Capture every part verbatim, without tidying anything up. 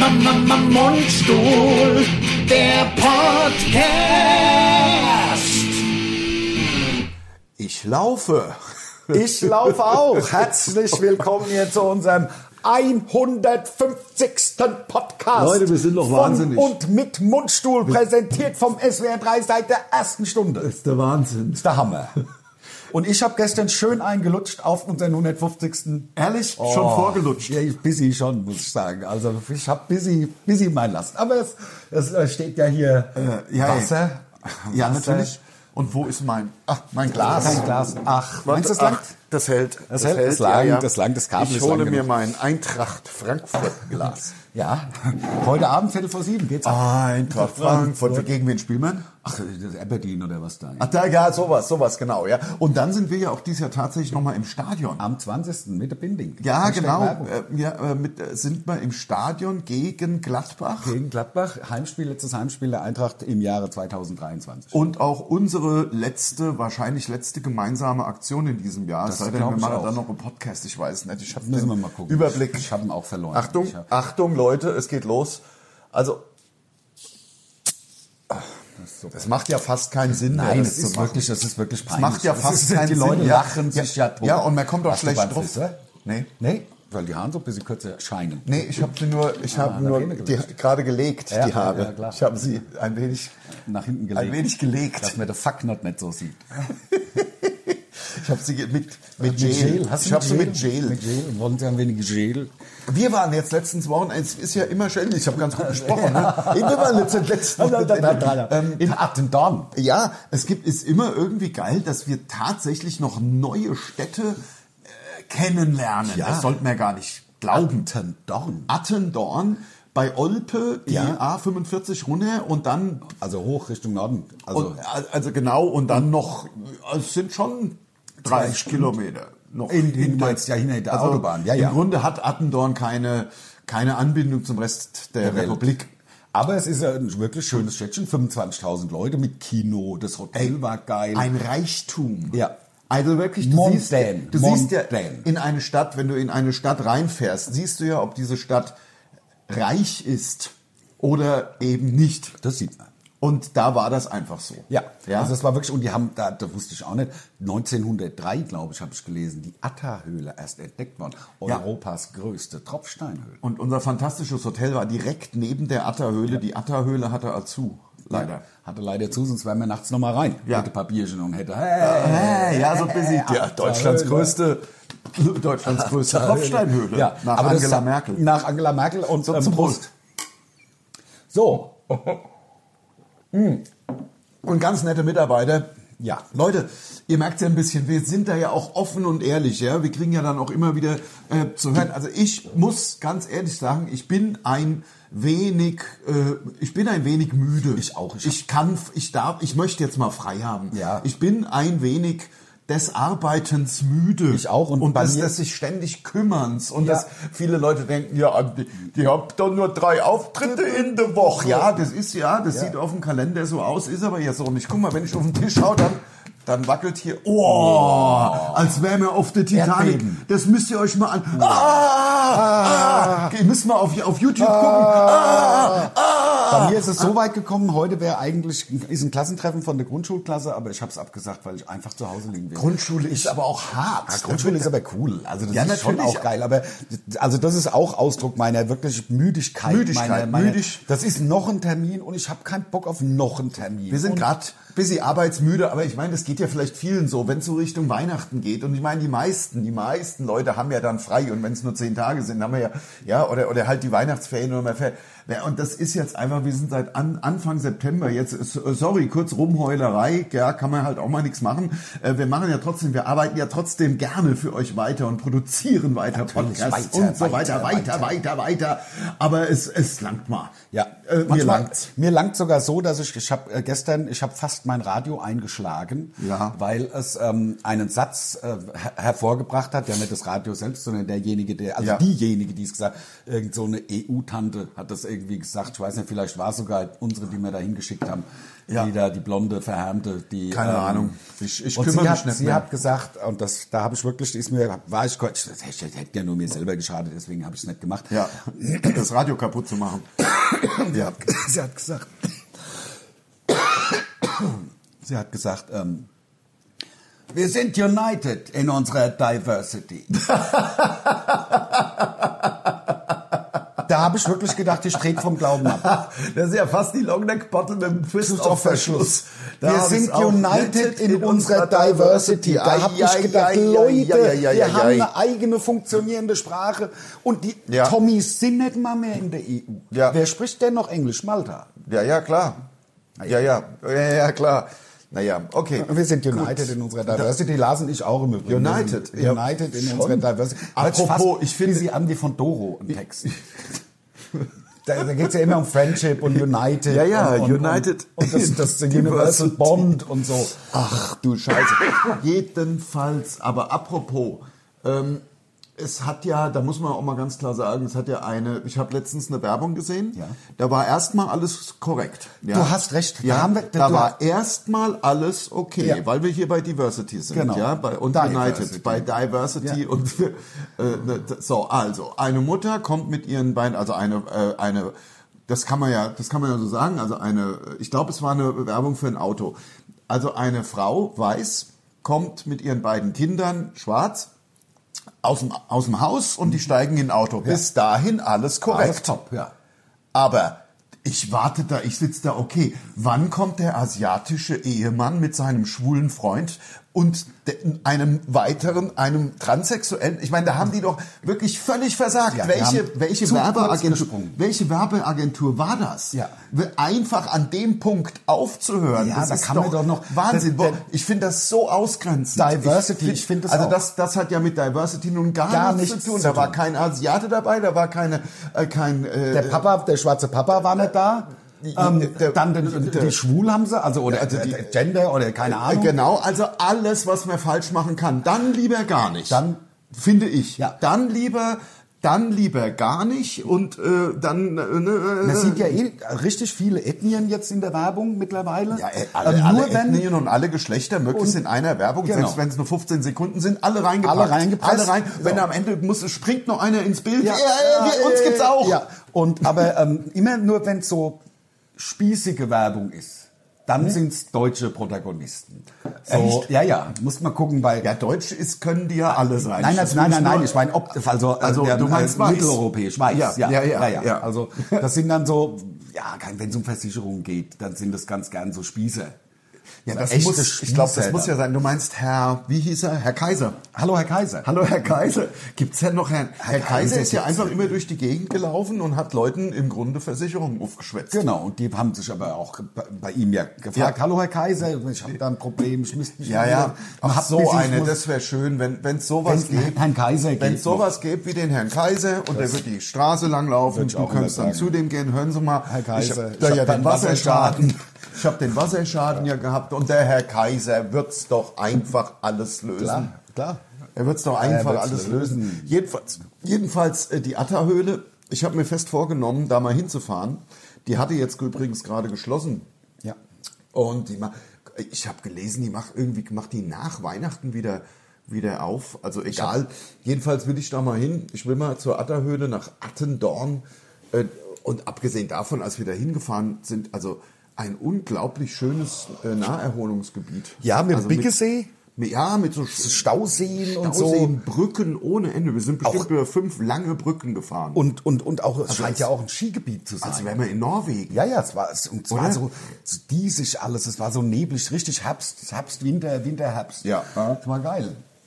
Mundstuhl, der Podcast. Ich laufe. Ich laufe auch. Herzlich willkommen hier zu unserem hundertfünfzigsten Podcast. Leute, wir sind doch wahnsinnig. Von und mit Mundstuhl, präsentiert vom S W R drei seit der ersten Stunde. Das ist der Wahnsinn. Das ist der Hammer. Und ich habe gestern schön eingelutscht auf unseren hundertfünfzigsten Ehrlich? Oh, schon vorgelutscht? Ja, busy schon, muss ich sagen. Also ich habe busy, busy mein Last. Aber es, es steht ja hier äh, ja, Wasser. Ja, Wasser. natürlich. Und wo ist mein... Ach, mein Glas. Kein Glas. Ach, meinst du, das Ach, langt? das hält. Das hält, das langt, das langt, das Kabel Ich ist hole lang mir genug. mein Eintracht Frankfurt Glas. Ja, heute Abend Viertel vor sieben geht's ab. Eintracht Frankfurt. Gegen wen spielen wir? Ach, das Aberdeen oder was da? Ach, da, ja, sowas, sowas, genau, ja. Und dann sind wir ja auch dieses Jahr tatsächlich nochmal im Stadion. Am zwanzigsten mit der Binding. Ja, Hashtag genau. Werbung. Äh, ja, äh, mit, äh, sind wir im Stadion gegen Gladbach. Gegen Gladbach, Heimspiel, letztes Heimspiel der Eintracht im Jahre zweitausenddreiundzwanzig. Und auch unsere letzte, wahrscheinlich letzte gemeinsame Aktion in diesem Jahr. Das Sei denn, glaub wir ich machen auch. dann noch einen Podcast, ich weiß nicht. Ich habe Müssen wir den mal gucken. Überblick. Ich habe ihn auch verloren. Achtung, Ich hab, Achtung, Leute, es geht los. Also, das, ist so das macht ja fast keinen Sinn mehr. Nein, das das zu ist machen. wirklich, das ist wirklich Das peinlich. macht ja Das fast ist, keinen die Sinn. Leute Ja. lachen sich ja tot. Ja, und man kommt doch Hast du schlecht beim drauf. Friseur? Nee. Nee, weil die Haare so ein bisschen kürzer scheinen. Nee, ich habe sie nur, ich Ah, habe nach nur hinten die, gelegt. gerade gelegt, Ja, die Haare. ja, klar. Ich habe sie ein wenig, Nach hinten gelegt. ein wenig gelegt. Dass man den Fucknot nicht so sieht. Ich habe sie ge- mit, mit Mit Gel. Hast du Ich habe sie Gel? mit Gel. Mit Gel. Und wollen Sie ein wenig Gel? Wir waren jetzt letztens Wochen, es ist ja immer schön, ich habe ganz gut gesprochen. Ne? Wir waren jetzt letzten Wochen. Ähm, in Attendorn. Ja, es gibt, ist immer irgendwie geil, dass wir tatsächlich noch neue Städte äh, kennenlernen. Ja. Das sollten wir gar nicht glauben. Attendorn. Attendorn, bei Olpe, die Ja. A fünfundvierzig runter und dann, Also hoch Richtung Norden. Also und, also genau, und dann noch, es sind schon dreißig Kilometer. Noch In- in- hinter- meinst ja hinter der also Autobahn. Ja, ja. Im Grunde hat Attendorn keine, keine Anbindung zum Rest der, Der Welt. Republik. Aber es ist ein wirklich schönes Städtchen, fünfundzwanzigtausend Leute mit Kino, das Hotel war geil. Ein Reichtum. Ja. Also wirklich, du Mondän. siehst, du siehst ja Mondän. in eine Stadt, wenn du in eine Stadt reinfährst, siehst du ja, ob diese Stadt reich ist oder eben nicht. Das sieht man. Und da war das einfach so. Ja, Ja? also das war wirklich, und die haben, da, da wusste ich auch nicht, neunzehnhundertdrei, glaube ich, habe ich gelesen, die Atta-Höhle erst entdeckt worden. Ja. Europas größte Tropfsteinhöhle. Und unser fantastisches Hotel war direkt neben der Atta-Höhle. Die Atta-Höhle hatte zu, leider. Hatte leider zu, sonst wären wir nachts nochmal rein. Ja. Mit ein paar Bierchen und hätte, Hey, ja, so busy. Ja, Atta-Höhle. Deutschlands größte, Deutschlands größte Tropfsteinhöhle. Ja, nach aber das- Angela Merkel. Nach Angela Merkel und So, ähm, zum Prost. Prost. So, Und ganz nette Mitarbeiter. Ja. Leute, ihr merkt ja ein bisschen, wir sind da ja auch offen und ehrlich, ja. Wir kriegen ja dann auch immer wieder äh, zu hören. Also ich muss ganz ehrlich sagen, ich bin ein wenig, äh, ich bin ein wenig müde. Ich auch. Ich Ich, kann, ich darf, ich möchte jetzt mal frei haben. Ja. Ich bin ein wenig des Arbeitens müde. Ich auch. Und Und, bei des, mir- des sich ständig kümmerns. Und Ja. dass viele Leute denken, ja, die, die haben doch nur drei Auftritte in der Woche. Ja, das ist ja, das sieht auf dem Kalender so aus, ist aber ja so nicht. Guck mal, wenn ich auf den Tisch schaue, dann, dann wackelt hier, oh, als wären wir auf der Titanic. Erdbeben. Das müsst ihr euch mal an. Ah, ah, ihr müsst mal auf, auf YouTube gucken. Ah, bei mir ist es so weit gekommen, heute wäre eigentlich ist ein Klassentreffen von der Grundschulklasse, aber ich habe es abgesagt, weil ich einfach zu Hause liegen will. Grundschule ist aber auch hart. Ja, Grundschule ist aber cool. Also das Ja, ist schon natürlich. auch geil. Aber also das ist auch Ausdruck meiner wirklich Müdigkeit. Müdigkeit, meiner, meiner, müdig. Das ist noch ein Termin und ich habe keinen Bock auf noch einen Termin. Wir sind Und- gerade ein bisschen arbeitsmüde, aber ich meine, das geht ja vielleicht vielen so, wenn es so Richtung Weihnachten geht. Und ich meine, die meisten, die meisten Leute haben ja dann frei. Und wenn es nur zehn Tage sind, haben wir ja, ja, oder, oder halt die Weihnachtsferien oder mal Fer- ja, und das ist jetzt einfach, wir sind seit an, Anfang September jetzt, sorry, kurz Rumheulerei, ja, kann man halt auch mal nichts machen. Äh, Wir machen ja trotzdem, wir arbeiten ja trotzdem gerne für euch weiter und produzieren weiter Natürlich, Podcasts weiter, und so weiter, weiter, weiter, weiter, weiter. Aber es, es langt mal. Ja, Äh, mir manchmal- langt's. Mir langt sogar so, dass ich, ich habe äh, gestern, ich habe fast mein Radio eingeschlagen, Ja. weil es ähm, einen Satz äh, her hervorgebracht hat, ja nicht das Radio selbst, sondern derjenige, der, also Ja. diejenige, die es gesagt, irgend so eine E U-Tante hat das irgendwie gesagt. Ich weiß nicht, vielleicht war es sogar unsere, die wir da hingeschickt haben. Ja. Die da, die blonde, verhärmte, die... Keine ähm, Ahnung. Ich, ich und kümmere sie mich hat, nicht sie mehr. hat gesagt, und das, da habe ich wirklich, ist mir, war ich, ich, ich hätte ja nur mir selber geschadet, deswegen habe ich es nicht gemacht. Ja, das Radio kaputt zu machen. Ja. Sie hat gesagt, sie hat gesagt, ähm, wir sind united in unserer Diversity. Da habe ich wirklich gedacht, ich trete vom Glauben ab. Das ist ja fast die Longneck-Bottle mit dem Twist auf Verschluss. Wir sind united in, in unserer Diversity. Da habe ich gedacht, Leute, wir haben eine eigene funktionierende Sprache. Und die Ja. Tommys sind nicht mal mehr in der E U. Ja. Wer spricht denn noch Englisch? Malta. Ja, ja, klar. Ja, ja, ja, ja, klar. Naja, okay. Wir sind united in unserer Diversity. Lars und ich auch im Übrigen. United, Wir sind United ja, in schon. unserer Diversity. Apropos, Fast ich finde- wie sie an wie von Doro im Text. Da, da geht es ja immer um Friendship und United. Ja, ja, und, und, United. Und, und das, das Universal Diversity. Bond und so. Ach du Scheiße. Jedenfalls, aber apropos, ähm, es hat ja, da muss man auch mal ganz klar sagen, es hat ja eine, ich habe letztens eine Werbung gesehen, Ja. da war erstmal alles korrekt. Ja. Du hast recht. Da Ja, haben wir- da du- war erstmal alles okay, Ja. weil wir hier bei Diversity sind, Genau. ja, bei, und Diversity. United, bei Diversity Ja. und äh, so, also, eine Mutter kommt mit ihren beiden, also eine, äh, eine, das kann man ja, das kann man ja so sagen, also eine, ich glaube, es war eine Werbung für ein Auto. Also eine Frau, weiß, kommt mit ihren beiden Kindern, schwarz, aus dem, aus dem Haus und die steigen in ein Auto. Bis dahin alles korrekt. Alles top, ja. Aber ich warte da, ich sitze da, okay, wann kommt der asiatische Ehemann mit seinem schwulen Freund und de, einem weiteren, einem Transsexuellen? Ich meine, da haben die doch wirklich völlig versagt. Ja, die welche haben welche zu kurz Werbeagentur, gesprungen. welche Werbeagentur war das? Ja. Einfach an dem Punkt aufzuhören. Ja, das da ist kann doch, man doch noch- Wahnsinn. der- der- ich finde das so ausgrenzend. Diversity, find- ich finde das Also auch. das, das hat ja mit Diversity nun gar, Gar nichts, nichts zu tun. zu Da war tun. kein Asiate dabei, da war keine, äh, kein... Äh, Der Papa, der schwarze Papa war nicht da. Ähm, der- dann den, der- die Schwul haben sie, also oder Also die- äh, Gender oder keine Äh, Ahnung. Genau, also alles, was man falsch machen kann, dann lieber gar nicht. Dann- finde ich. Ja. Dann lieber, dann lieber gar nicht und äh, dann. Äh, Man äh, sieht ja eh richtig viele Ethnien jetzt in der Werbung mittlerweile. ja, äh, alle, Ähm, alle nur wenn Ethnien und alle Geschlechter möglichst in einer Werbung, Genau. selbst wenn es nur fünfzehn Sekunden sind, alle reingepackt. Alle reingepresst. Alle rein. So. Wenn am Ende muss, springt noch einer ins Bild. Ja, Ja, ja, wir, uns gibt's auch. Ja, und aber ähm, immer nur wenn es so spießige Werbung ist, dann sind's deutsche Protagonisten. So, Echt? ja, ja, muss man gucken bei. Ja, Deutsch ist, können die ja alle sein. Nein, Das das, nein, will nein, nein, nur- ich meine, ob, also, Also, der, du meinst weiß. mitteleuropäisch, weiß, Ja, ja, ja, ja, ja. Also, das sind dann so, ja, wenn es um Versicherungen geht, dann sind das ganz gern so Spießer. Ja, So das echte muss, ich glaube, das Spießer muss ja sein. Du meinst Herr, wie hieß er? Herr Kaiser. Hallo, Herr Kaiser. Hallo, Herr Kaiser. Gibt's denn noch Herrn? Herr, Kaiser Kaiser ist ja gibt's einfach denn. immer durch die Gegend gelaufen und hat Leuten im Grunde Versicherungen aufgeschwätzt. Genau, und die haben sich aber auch bei, bei ihm ja gefragt, Ja. hallo Herr Kaiser, ich habe da ein Problem, ich müsste mich Ja, mal ja. wieder- Ach, Hab so bis ich eine, muss- das wäre schön, wenn wenn es sowas Wenn's gibt. Herrn Kaiser Wenn gibt es sowas gibt wie den Herrn Kaiser und der wird die Straße lang laufen, Würd ich du auch immer kannst dann sagen. zu dem gehen, hören Sie mal. Herr Kaiser, ich ich habe hab ja den den Wasserschaden. Ich habe den Wasserschaden ja gehabt und der Herr Kaiser wird's doch einfach alles lösen. Klar, klar. Er wird's doch einfach wird's alles lösen. lösen. Jedenfalls, jedenfalls äh, die Atta-Höhle. Ich habe mir fest vorgenommen, da mal hinzufahren. Die hatte jetzt übrigens gerade geschlossen. Ja. Und die macht, ich habe gelesen, die macht irgendwie macht die nach Weihnachten wieder wieder auf. Also egal. Jedenfalls will ich da mal hin. Ich will mal zur Atterhöhle nach Attendorn. Äh, Und abgesehen davon, als wir da hingefahren sind, also ein unglaublich schönes äh, Naherholungsgebiet. Ja, mit also Biggesee? Mit, ja, mit so Stauseen und Stauseen, so. Brücken ohne Ende. Wir sind bestimmt Auch- über fünf lange Brücken gefahren. Und, und, und auch, es scheint als- ja auch ein Skigebiet zu sein. als wären wir in Norwegen. Ja, ja, es war, es, und es war Oder? so, so diesig alles, es war so neblig, richtig Herbst, Herbst, Winter, Winter, Herbst. Ja. Das war geil.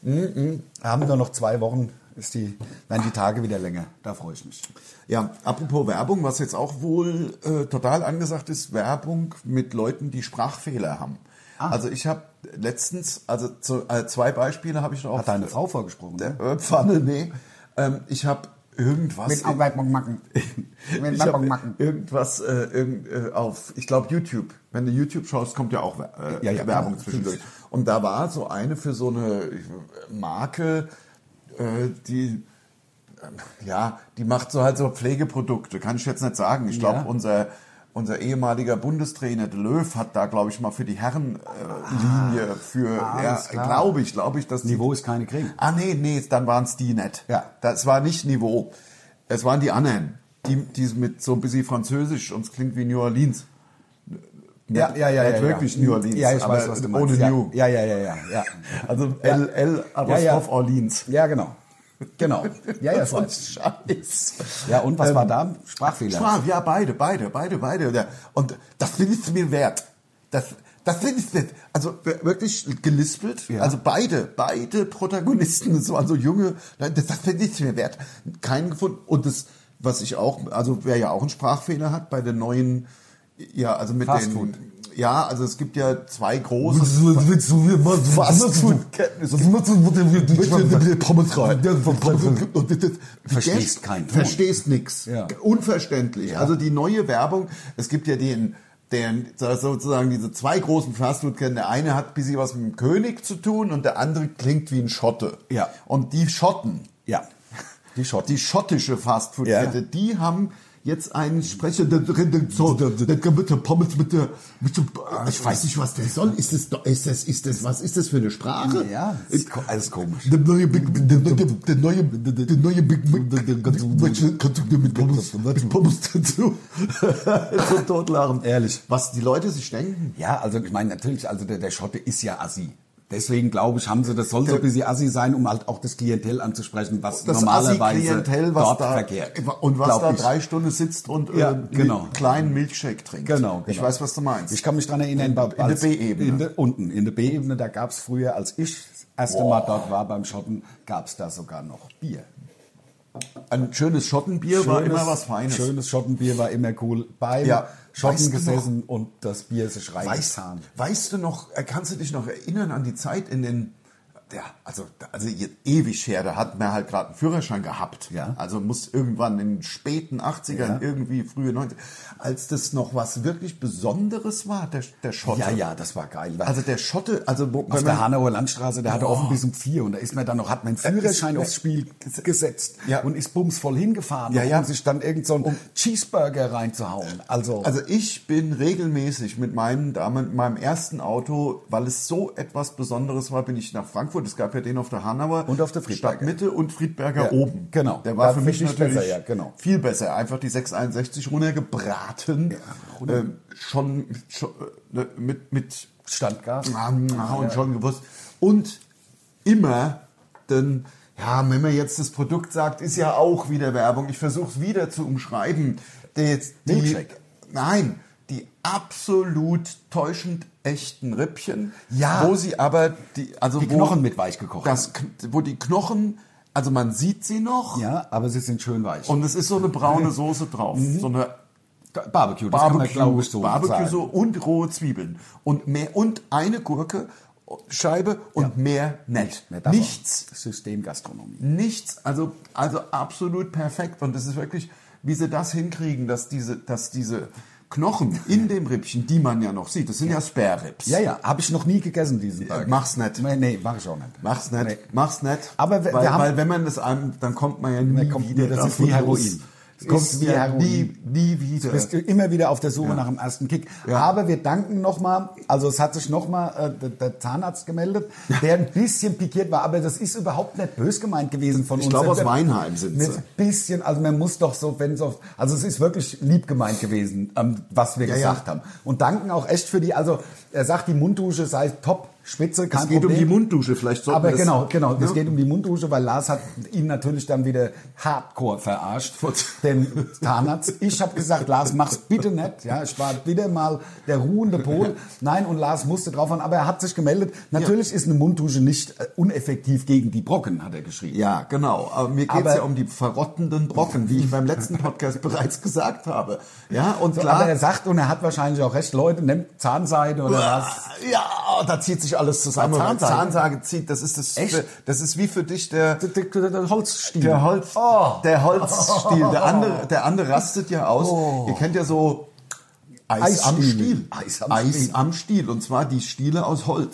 Da haben wir noch zwei Wochen, ist die, werden die Tage wieder länger. Da freue ich mich. Ja, apropos Werbung, was jetzt auch wohl äh, total angesagt ist, Werbung mit Leuten, die Sprachfehler haben. Ah. Also ich habe letztens, also zu, äh, zwei Beispiele habe ich noch. Hat deine Frau vorgesprochen? Der äh, Pfanne, nee. Ähm, ich habe irgendwas. Mit Aufwerbung machen. Mit ich Werbung habe machen. irgendwas äh, irgend, äh, auf, ich glaube YouTube. Wenn du YouTube schaust, kommt ja auch äh, Ja, ja, Werbung ja. zwischendurch. Und da war so eine für so eine Marke, äh, die ja, die macht so halt so Pflegeprodukte, kann ich jetzt nicht sagen. Ich glaube, Ja. unser, unser ehemaliger Bundestrainer, der Löw, hat da, glaube ich, mal für die Herrenlinie äh, für, Ah, ja, alles klar. glaube ich, glaube ich, dass die- Niveau ist keine kriegen. Ah, nee, nee, dann waren es die nicht. Ja. Das war nicht Niveau. Es waren die anderen, die, die mit so ein bisschen Französisch, und es klingt wie New Orleans. Ja, ja, ja, Nicht ja. wirklich ja. New Orleans, Ja, ich aber weiß, was du meinst. ohne ja. New. Ja, ja, ja, ja, ja. Also Ja. L, L, Apostroph Ja, ja. Orleans. Ja, genau. Genau. Ja, ja, So ein weiß. Scheiß. Ja, und was Ähm, war da? Sprachfehler. Sprach, ja, beide, beide, beide, beide. Ja. Und das finde ich mir wert. Das, das finde ich nicht. Also wirklich gelispelt. Ja. Also beide, beide Protagonisten, das waren so junge, das, das finde ich mir wert. Keinen gefunden. Und das, was ich auch, also wer ja auch einen Sprachfehler hat bei den neuen, ja, also mit Fast den, Food. ja, also es gibt ja zwei große Fastfood-Kenntnisse. Pommes rein. Verstehst keinen Ton. Verstehst nix. Ja. Unverständlich. Ja. Also die neue Werbung, es gibt ja den, den sozusagen diese zwei großen Fastfood-Ketten. Der eine hat ein bisschen was mit dem König zu tun und der andere klingt wie ein Schotte. Ja. Und die Schotten, Ja. Die Schotten. die schottische Fastfood-Kette, Ja. die haben jetzt einen Sprecher, der, der, der, der, der, der mit der Pommes, mit der, mit der, ich weiß nicht, was der soll. Ist das, ist das, ist das, was ist das für eine Sprache? Ja, das ist ko- alles komisch. Der neue Big, der, der, der neue, der neue Big Mac, kannst du dir mit Pommes, mit Pommes dazu? So totlachen. Ehrlich. Was die Leute sich denken. Ja, also ich meine natürlich, also der, der Schotte ist ja Assi. Deswegen glaube ich, haben sie, das soll so ein bisschen Assi sein, um halt auch das Klientel anzusprechen, was Das normalerweise Assi-Klientel, was dort da, verkehrt. und was Glaub da ich. drei Stunden sitzt und Ja, äh, genau. einen kleinen Milchshake trinkt. Genau, Ich genau. weiß, was du meinst. Ich kann mich dran erinnern, In- bei- in der als- B-Ebene. in der- Unten, in der B-Ebene, da gab es früher, als ich das erste Mal dort war beim Schotten, gab es da sogar noch Bier. Ein schönes Schottenbier war immer was Feines. Schönes Schottenbier war immer cool. Beim Ja. Schotten Weißt du gesessen und das Bier sich Weißt, reingetan. weißt du noch, äh, kannst du dich noch erinnern an die Zeit in den, ja, also, also je- ewig her, da hat man halt gerade einen Führerschein gehabt. Ja. Also muss irgendwann in den späten achtzigern, Ja. irgendwie frühe neunziger, als das noch was wirklich Besonderes war, der, der Schotte. Ja, ja, das war geil. Weil Also der Schotte, also wo, auf wenn der man, Hanauer Landstraße, der hatte Oh. offen bis um vier und da ist man dann noch, hat man einen Führerschein Äh, aufs Spiel ges- gesetzt Ja. und ist bumsvoll hingefahren, Ja, ja. um sich dann irgend so einen Cheeseburger reinzuhauen. Also, Also ich bin regelmäßig mit meinem, mit meinem ersten Auto, weil es so etwas Besonderes war, bin ich nach Frankfurt. Es gab ja den auf der Hanauer. Und auf der Friedberger. Stadtmitte und Friedberger Ja, oben. genau. Der war Da für find mich ich natürlich besser, ja, genau. viel besser. Einfach die sechs einundsechzig runtergebraten. Ähm, schon, schon äh, mit, mit Standgas. und schon gewusst. Und immer, denn, ja, wenn man jetzt das Produkt sagt, ist ja auch wieder Werbung. Ich versuche es wieder zu umschreiben. Die, die, Milkshake. Nein, die absolut täuschend echten Rippchen, Ja. wo sie aber die, also Die wo Knochen mit weich gekocht das, wo die Knochen, also man sieht sie noch Ja, aber sie sind schön weich. und es ist so eine braune Soße drauf, so eine Barbecue, das kann man, Barbecue, glaube ich, so Barbecue sagen. so und rohe Zwiebeln und mehr und eine Gurke Scheibe und Ja. mehr nicht. Mehr davon. Nichts. Systemgastronomie. Nichts, also, also absolut perfekt. Und das ist wirklich, wie sie das hinkriegen, dass diese, dass diese Knochen in dem Rippchen, die man ja noch sieht, das sind ja Spare Ribs. Ja, ja, habe ich noch nie gegessen, diesen Burger. Mach's nicht. Nee, nee, mach ich auch nicht. Mach's nicht, Nee. mach's nicht. Aber wir- weil, wir haben- weil wenn man das einem, dann kommt man ja nie Nee, kommt wieder. nie, das ist davon wie Heroin. los. Es kommt Ist wie ja Heroin. nie, nie wieder. Du bist immer wieder auf der Suche nach dem ersten Kick. Ja. Aber wir danken nochmal, also es hat sich nochmal äh, der, der Zahnarzt gemeldet, der ein bisschen pikiert war, aber das ist überhaupt nicht bös gemeint gewesen von Ich uns. glaube, aus Der- Weinheim sind sie. Ein bisschen, also man muss doch so, wenn so, also es ist wirklich lieb gemeint gewesen, ähm, was wir Ja, gesagt ja. haben. Und danken auch echt für die, also er sagt, die Munddusche sei top, spitze, kein es geht Problem. um die Munddusche, vielleicht sollten Aber wir das, genau, genau. Es Ja? geht um die Munddusche, weil Lars hat ihn natürlich dann wieder hardcore verarscht. Den Zahnarzt. Ich habe gesagt, Lars, mach's bitte nicht. Ja, ich war wieder mal der ruhende Pol. Nein, und Lars musste drauf haben, aber er hat sich gemeldet. Natürlich ist eine Munddusche nicht äh, uneffektiv gegen die Brocken, hat er geschrieben. Ja, genau. Aber mir geht es Aber- ja um die verrottenden Brocken, wie ich beim letzten Podcast bereits gesagt habe. Ja, und So, klar. aber er sagt, und er hat wahrscheinlich auch recht, Leute, nehmt Zahnseide oder was. Ja, da zieht sich alles zusammen. Bei Weil Zahnseide? Zahnseide zieht, das ist das, Echt? das ist wie für dich der, Der, der, der Holzstiel. der Holz, Oh. der Holzstiel. Der andere, der andere rastet ja aus. Ihr kennt ja so Eis am Eisstiele. Stiel. Eis am Eis Stiel. am Stiel. Und zwar die Stiele aus Holz.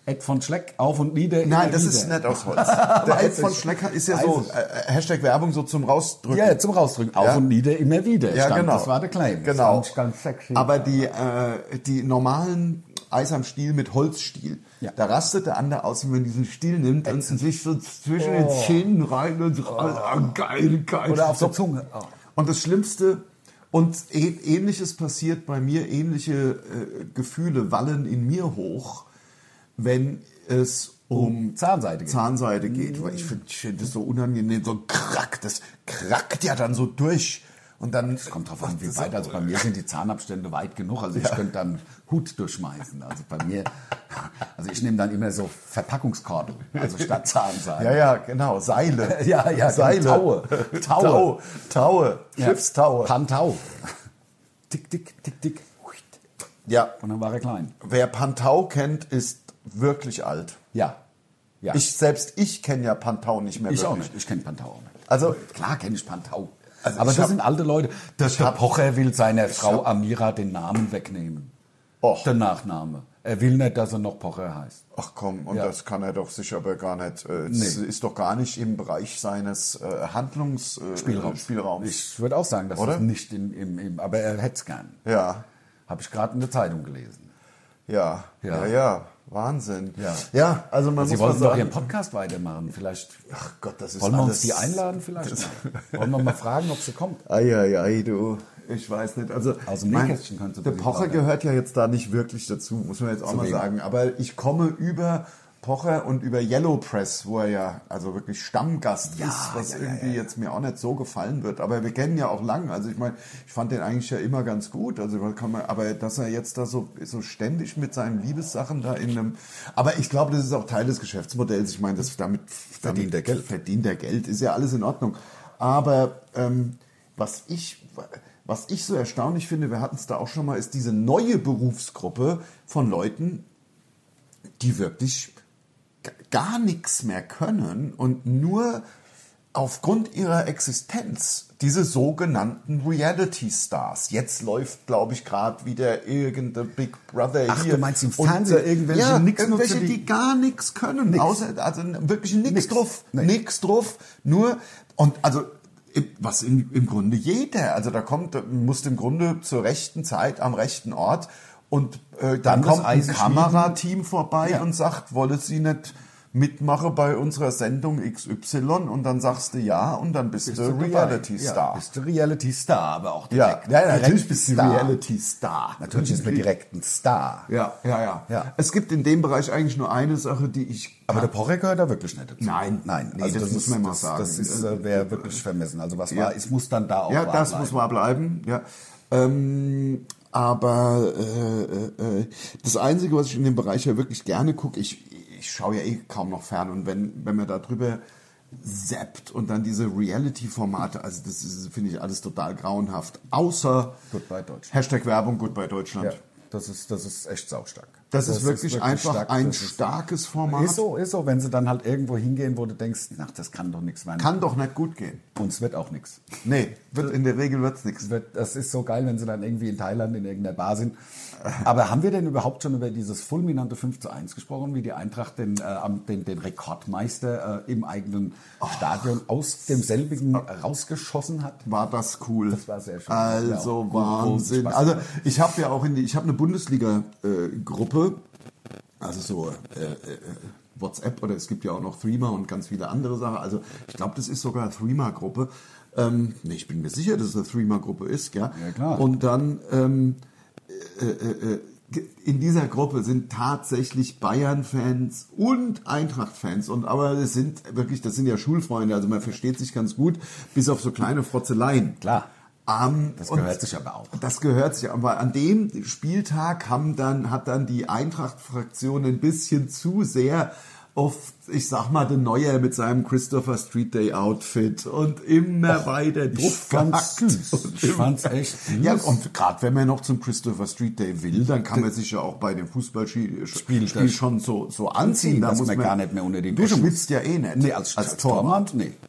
Ed von Schleck, auf und nieder. Nein, das wieder. ist nicht aus Holz. Der Ed von Schleck ist ja so, äh, Hashtag Werbung so zum Rausdrücken. Ja, zum Rausdrücken. Auf ja. und nieder, immer wieder. Ja, stand. genau. Das war der Claim. Genau. Das fand ich ganz sexy. Aber die, äh, die normalen Eis am Stiel mit Holzstiel, Ja. da rastet der andere aus, wenn man diesen Stiel nimmt und sich so zwischen den Zähnen rein und so, oh, geil, geil. Oder auf der Zunge. Oh. Und das Schlimmste, und äh, Ähnliches passiert bei mir, ähnliche äh, Gefühle wallen in mir hoch, wenn es um, Um Zahnseide geht. Zahnseide geht. Weil ich finde ich find das so unangenehm, so ein Krack, das krackt ja dann so durch. Und dann Es kommt drauf an, wie weit. Also bei mir sind die Zahnabstände weit genug. Also ich könnte dann Hut durchschmeißen. Also bei mir, also ich nehme dann immer so Verpackungskordel, also statt Zahnseide. Ja, ja, genau, Seile. Ja, ja, Seile. Taue. Taue. Taue. Taue. Ja. Schiffstaue. Pantau. Tick, tick, tick, tick. Ja, Und dann war er klein. wer Pantau kennt, ist wirklich alt. Ja. Ja. Ich, selbst ich kenne ja Pantau nicht mehr Ich wirklich. auch nicht. Ich kenne Pantau auch nicht. Also, Klar kenne ich Pantau. Also Aber ich das hab- sind alte Leute. Der hab- Pocher will seiner Frau hab- Amira den Namen wegnehmen. Och. Der Nachname. Er will nicht, dass er noch Pocher heißt. ach komm, und Ja. das kann er doch sicher aber gar nicht. Äh, Nee. Das ist doch gar nicht im Bereich seines äh, Handlungsspielraums. Äh, Spielraums. Spielraums. Ich würde auch sagen, das Oder? ist nicht in, im, im... Aber er hätte es gern. Ja, Habe ich gerade in der Zeitung gelesen. ja, ja, Ja. ja, Wahnsinn. Ja. ja also man Sie muss mal wollten doch sagen, Ihren Podcast weitermachen. Vielleicht ach Gott, das ist wollen wir alles, uns die einladen vielleicht mal. Wollen wir mal fragen, ob sie kommt. Eieiei, du, ich weiß nicht. Also, Aus dem mein- Nähkästchen kannst du der ein bisschen Pocher plaudern. gehört ja jetzt da nicht wirklich dazu, muss man jetzt auch Zu mal wem? sagen. Aber ich komme über Pocher und über Yellow Press, wo er ja also wirklich Stammgast Ja, ist, was ja, ja, irgendwie ja, ja. jetzt mir auch nicht so gefallen wird. Aber wir kennen ja auch lang. Also ich meine, ich fand den eigentlich ja immer ganz gut. Also man kann man, aber dass er jetzt da so, so ständig mit seinen Liebessachen da in einem. Aber ich glaube, das ist auch Teil des Geschäftsmodells. Ich meine, das damit Verdient er Geld. Verdient er Geld, ist ja alles in Ordnung. Aber ähm, was ich was ich so erstaunlich finde, wir hatten es da auch schon mal, ist diese neue Berufsgruppe von Leuten, die wirklich g- gar nichts mehr können und nur aufgrund ihrer Existenz diese sogenannten Reality-Stars. Jetzt läuft, glaube ich, gerade wieder irgendein Big Brother Ach, hier. du meinst im Und, Fernsehen äh, irgendwelche ja, nix nutzen, irgendwelche, die- die gar nichts können. Nix. Außer, also wirklich nichts Nix. drauf. Nee. Nix drauf. Nur, und also, im- was in, im Grunde jeder. Also da kommt, muss im Grunde zur rechten Zeit am rechten Ort und äh, dann Dann das kommt ein Eisen Kamerateam vorbei Ja. und sagt, wolle sie nicht mitmachen bei unserer Sendung X Y, und dann sagst du ja und dann bist, Bist du dabei. Reality-Star. Ja, bist du Reality-Star, aber auch Ja, direkt. ja, direkt natürlich bist du Star. Reality-Star. Natürlich ist man direkt ein Star. Ja, ja, ja, Ja. Es gibt in dem Bereich eigentlich nur eine Sache, die ich... Aber der Pocher gehört da wirklich nicht dazu. Nein. nein. Nee, das muss man mal sagen. Das ist, äh, wäre wirklich vermessen. Also was Ja. war, es muss dann da auch Ja, wahr das bleiben. muss wahr bleiben. Ja. Ähm, aber äh, äh, äh, das Einzige, was ich in dem Bereich ja wirklich gerne gucke, ich, ich schaue ja eh kaum noch fern, und wenn, wenn man da drüber zappt und dann diese Reality-Formate, also das ist, finde ich alles total grauenhaft. Außer Goodbye Deutschland. Hashtag Werbung, Goodbye Deutschland. Ja, das ist, das ist echt saustark. Das, ist wirklich einfach stark. ein Das ist- starkes Format. Ist so, ist so. Wenn sie dann halt irgendwo hingehen, wo du denkst, ach, das kann doch nichts werden. Kann doch nicht gut gehen. Und es wird auch nichts. Nee, wird, in der Regel wird's nichts. Wird, das ist so geil, wenn sie dann irgendwie in Thailand in irgendeiner Bar sind. Aber haben wir denn überhaupt schon über dieses fulminante fünf zu eins gesprochen, wie die Eintracht den, äh, am- den, den Rekordmeister äh, im eigenen Stadion aus demselbigen rausgeschossen hat? War das cool. Das war sehr schön. Also Ja, auch gut, Wahnsinn. großen Spaß Also gemacht. ich habe ja auch in die, ich habe eine Bundesliga-Gruppe, also so äh, äh, WhatsApp, oder es gibt ja auch noch Threema und ganz viele andere Sachen. Also ich glaube, das ist sogar eine Threema-Gruppe. Ähm, nee, ich bin mir sicher, dass es eine Threema-Gruppe ist, ja. Ja, klar. Und dann ähm, äh, äh, äh, in dieser Gruppe sind tatsächlich Bayern-Fans und Eintracht-Fans, und aber es sind wirklich, das sind ja Schulfreunde, also man versteht sich ganz gut, bis auf so kleine Frotzeleien. Klar. Ähm, Das und gehört sich aber auch. Das gehört sich, aber an dem Spieltag haben dann, hat dann die Eintracht-Fraktion ein bisschen zu sehr auf, ich sag mal, den Neuer mit seinem Christopher Street Day Outfit und immer weiter Ich drauf fand's gehackt. süß. Und Ich immer- fand's echt süß. Ja, und gerade wenn man noch zum Christopher Street Day will, dann kann man sich ja auch bei dem Fußballspiel Spiel Spiel schon so, so anziehen. Da dass muss man man gar nicht mehr unter die Du Dusche muss. schwitzt ja eh nicht. Nee, als, als als Torwart. Torwart, nee.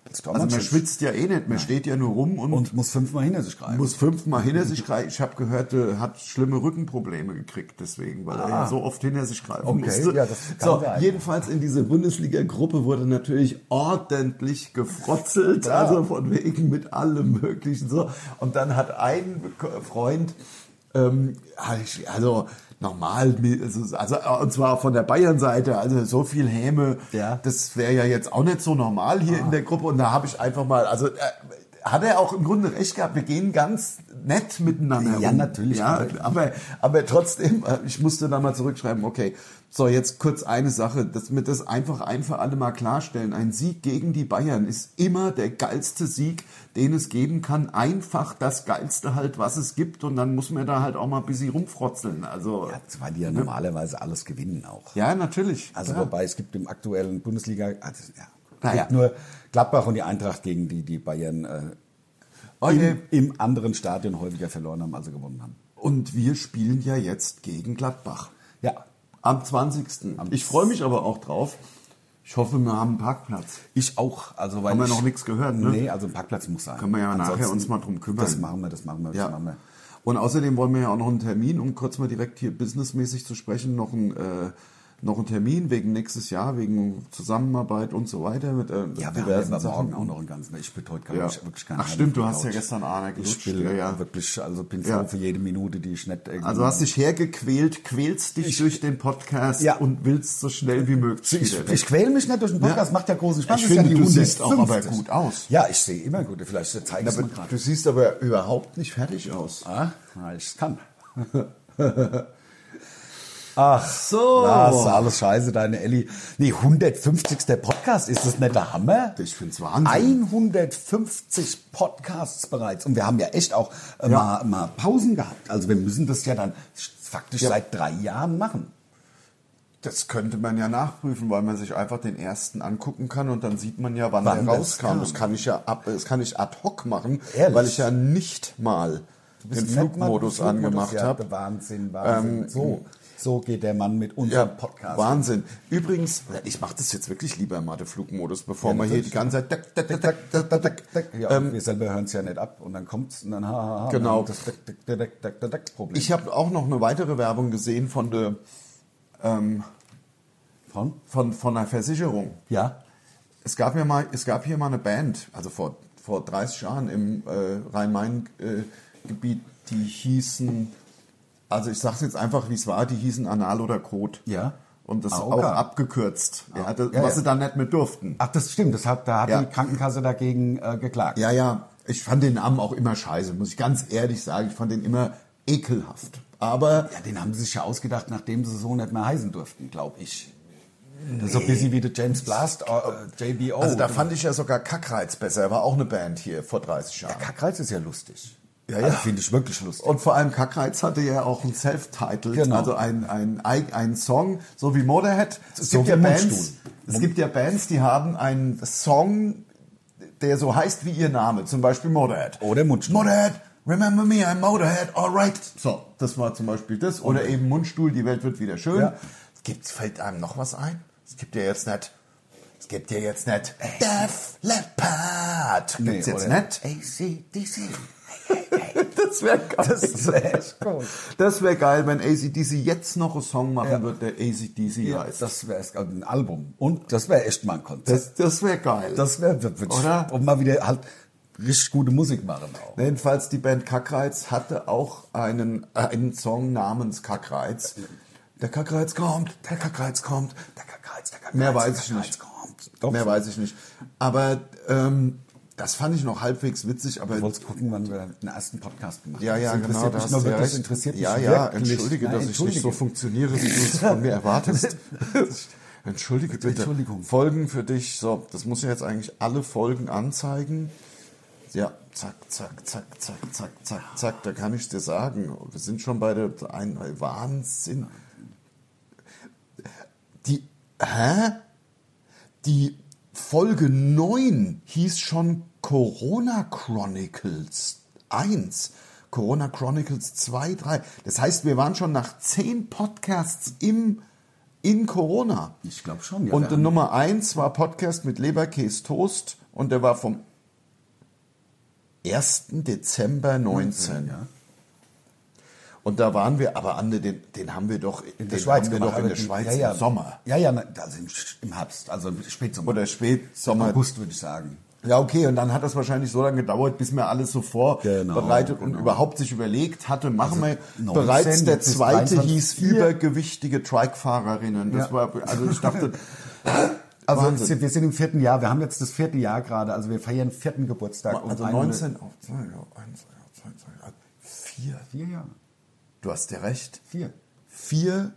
Willst du auch Also mal man Chips? schwitzt ja eh nicht, man steht ja nur rum und, Und muss fünfmal hinter sich greifen. muss fünfmal hinter sich greifen. Ich habe gehört, er hat schlimme Rückenprobleme gekriegt deswegen, weil er ja so oft hinter sich greifen Okay, musste. ja, das kann so, sein. jedenfalls in dieser Bundesliga-Gruppe wurde natürlich ordentlich gefrotzelt, Ja. also von wegen mit allem Möglichen so. Und dann hat ein Freund, ähm, also normal, also, also und zwar von der Bayern-Seite, also so viel Häme, Ja. das wäre ja jetzt auch nicht so normal hier in der Gruppe. Und da habe ich einfach mal, also äh, hat er auch im Grunde recht gehabt, wir gehen ganz nett miteinander Ja, um. natürlich. Ja, aber, aber trotzdem, äh, ich musste da mal zurückschreiben, okay, so jetzt kurz eine Sache, dass wir das einfach ein für alle mal klarstellen. Ein Sieg gegen die Bayern ist immer der geilste Sieg, den es geben kann. Einfach das Geilste halt, was es gibt. Und dann muss man da halt auch mal ein bisschen rumfrotzeln. Also, Ja, weil die ja normalerweise alles gewinnen auch. ja, natürlich. Also ja. wobei es gibt im aktuellen Bundesliga, also, ja, Na es ja. gibt nur Gladbach und die Eintracht gegen die die Bayern äh, Okay. im, im anderen Stadion häufiger verloren haben, als sie gewonnen haben. Und wir spielen ja jetzt gegen Gladbach. Ja, Am zwanzigsten Ich freue mich aber auch drauf. Ich hoffe, wir haben einen Parkplatz. ich auch. Also weil Haben wir ich, noch nichts gehört, ne? Nee, also ein Parkplatz muss sein. Können wir ja nachher Ansonsten- uns mal drum kümmern. Das machen wir, das machen wir, das Ja. machen wir. Und außerdem wollen wir ja auch noch einen Termin, um kurz mal direkt hier businessmäßig zu sprechen, noch einen, äh, noch einen Termin wegen nächstes Jahr, wegen Zusammenarbeit und so weiter. Mit, äh, Ja, wir diversen haben aber morgen Sachen. auch noch einen ganzen. Ich bin heute gar Ja. nicht, wirklich gar Ach nicht stimmt, du auf der hast ja Couch. gestern Arne Ich gelutscht. spiele Ja, ja. wirklich, also bin Ja. froh für jede Minute, die ich nicht irgendwie... Also hast dich hergequält, quälst dich durch den Podcast Ja. und willst so schnell wie möglich Ich, wieder weg. ich quäle mich nicht durch den Podcast, Ja. macht ja großen Spaß. Ich ist ja finde, die du siehst auch aber hundertfünfzig. gut aus. Ja, ich sehe immer gut. Vielleicht zeige ich es Aber mal gerade. du siehst aber überhaupt nicht fertig aus. Ah, na, ich kann. Ach so. Das ist alles scheiße, deine Elli. Nee, hundertfünfzigster Podcast, ist das nicht der Hammer? Ich find's Wahnsinn. hundertfünfzig Podcasts bereits. Und wir haben ja echt auch äh, mal, mal Pausen gehabt. Also wir müssen das ja dann faktisch Ja. seit drei Jahren machen. Das könnte man ja nachprüfen, weil man sich einfach den ersten angucken kann und dann sieht man ja, wann, Wann der das rauskam. kam. Das kann ich ja ab, das kann ich ad hoc machen, Ehrlich? weil ich ja nicht mal den Nicht mal Flugmodus den Flugmodus, angemacht ja, habe. Wahnsinn, Wahnsinn. so, so geht der Mann mit Ja, unserem Podcast. Wahnsinn. Übrigens, ich mache das jetzt wirklich lieber mal, den Flugmodus, bevor Ja, man hier natürlich. die ganze Zeit... Dack, dack, dack, dack, dack, dack, dack. Ja, Ähm, wir selber hören es ja nicht ab und dann kommt's und dann ha, ha, ha, Genau. und dann das Deck, Deck, Deck, Deck, Deck, Deck Problem. Ich habe auch noch eine weitere Werbung gesehen von der ähm, Von? von, von einer Versicherung. Ja. Es gab ja mal, es gab hier mal eine Band, also vor, vor dreißig Jahren im äh, Rhein-Main-Gebiet, die hießen, also ich sag's jetzt einfach, wie es war, die hießen Anal oder Kot. Ja. Und das Ah, auch okay. abgekürzt, ja, das, Ja, was ja. sie dann nicht mehr durften. Ach, das stimmt. Das hat, da hat Ja. die Krankenkasse dagegen äh, geklagt. Ja, ja, ich fand den Namen auch immer scheiße, muss ich ganz ehrlich sagen. Ich fand den immer ekelhaft. Aber Ja, den haben sie sich ja ausgedacht, nachdem sie so nicht mehr heißen durften, glaube ich. Das ist so ein bisschen wie der James Blast, äh, J B O. also da fand ich ja sogar Kackreiz besser. Er war auch eine Band hier vor dreißig Jahren. Kackreiz ist ja lustig. Ja, ja. Also finde ich wirklich lustig. Und vor allem Kackreiz hatte ja auch ein Self-Titled, Genau. also ein, ein, ein Song, so wie Motorhead. Es So gibt wie ja Mundstuhl. Bands, es gibt ja Bands, die haben einen Song, der so heißt wie ihr Name, zum Beispiel Motorhead. Oder Mundstuhl. Motorhead, remember me, I'm Motorhead, alright. So, das war zum Beispiel das. Oder eben Mundstuhl, die Welt wird wieder schön. Ja. Gibt's, fällt einem noch was ein? Es gibt ja jetzt nicht, es gibt ja jetzt nicht Def Leppard. Nee, Gibt's jetzt oder nicht? A C D C. Das wäre geil. Das wäre echt cool. Das wäre geil, wenn A C D C jetzt noch einen Song machen Ja. würde, der A C D C Ja, heißt. das wäre ein Album. Und das wäre echt mal ein Konzert. Das, das wäre geil. Das wäre wirklich. Oder? Und mal wieder halt richtig gute Musik machen auch. Jedenfalls, die Band Kackreiz hatte auch einen, äh, einen Song namens Kackreiz. Der Kackreiz kommt, der Kackreiz kommt, der Kackreiz, der Kackreiz. Mehr weiß der ich nicht. Kackreiz kommt. Doch. Mehr weiß ich nicht. Aber ähm, das fand ich noch halbwegs witzig. Aber Ich wollte gucken, wann wir den ersten Podcast gemacht haben. ja, ja, Das genau. interessiert Da mich hast nur du ja wirklich, recht. interessiert mich ja, ja, wirklich. entschuldige, Nein, dass ich nicht so entschuldige. funktioniere, wie du es von mir erwartest. Entschuldige bitte. Entschuldigung. Folgen für dich. So, das muss ja jetzt eigentlich alle Folgen anzeigen. Ja, zack, zack, zack, zack, zack, zack, zack. Da kann ich dir sagen, wir sind schon bei der ein Wahnsinn. Die, hä? Die Folge neun hieß schon Corona Chronicles eins. Corona Chronicles zwei, drei. Das heißt, wir waren schon nach zehn Podcasts im, in Corona. Ich glaube schon, ja. Und wir die haben- Nummer eins war Podcast mit Leberkäse Toast und der war vom ersten Dezember neunzehn. Ja. Und da waren wir, aber Ande, den, den haben wir doch In den der Schweiz haben wir gemacht, doch in aber der die- Schweiz ja, ja. im Sommer. Ja, ja, na, also im, im Herbst, also im Spätsommer. Oder Spätsommer. August, würde ich sagen. Ja, okay, und dann hat das wahrscheinlich so lange gedauert, bis man alles so vorbereitet Genau, und genau. überhaupt sich überlegt hatte, machen Also wir neunzehn, bereits der jetzt ist zweite dreiundzwanzig, hieß vier. übergewichtige Trike-Fahrerinnen. Das Ja. war, also ich dachte, Also Wahnsinn. es- wir sind im vierten Jahr, wir haben jetzt das vierte Jahr gerade, also wir feiern vierten Geburtstag. um also hundert neunzehn auf zwei, ja, eins, ja, zwei, zwei, ja, vier. Vier Jahre. Du hast ja recht. Vier. Vier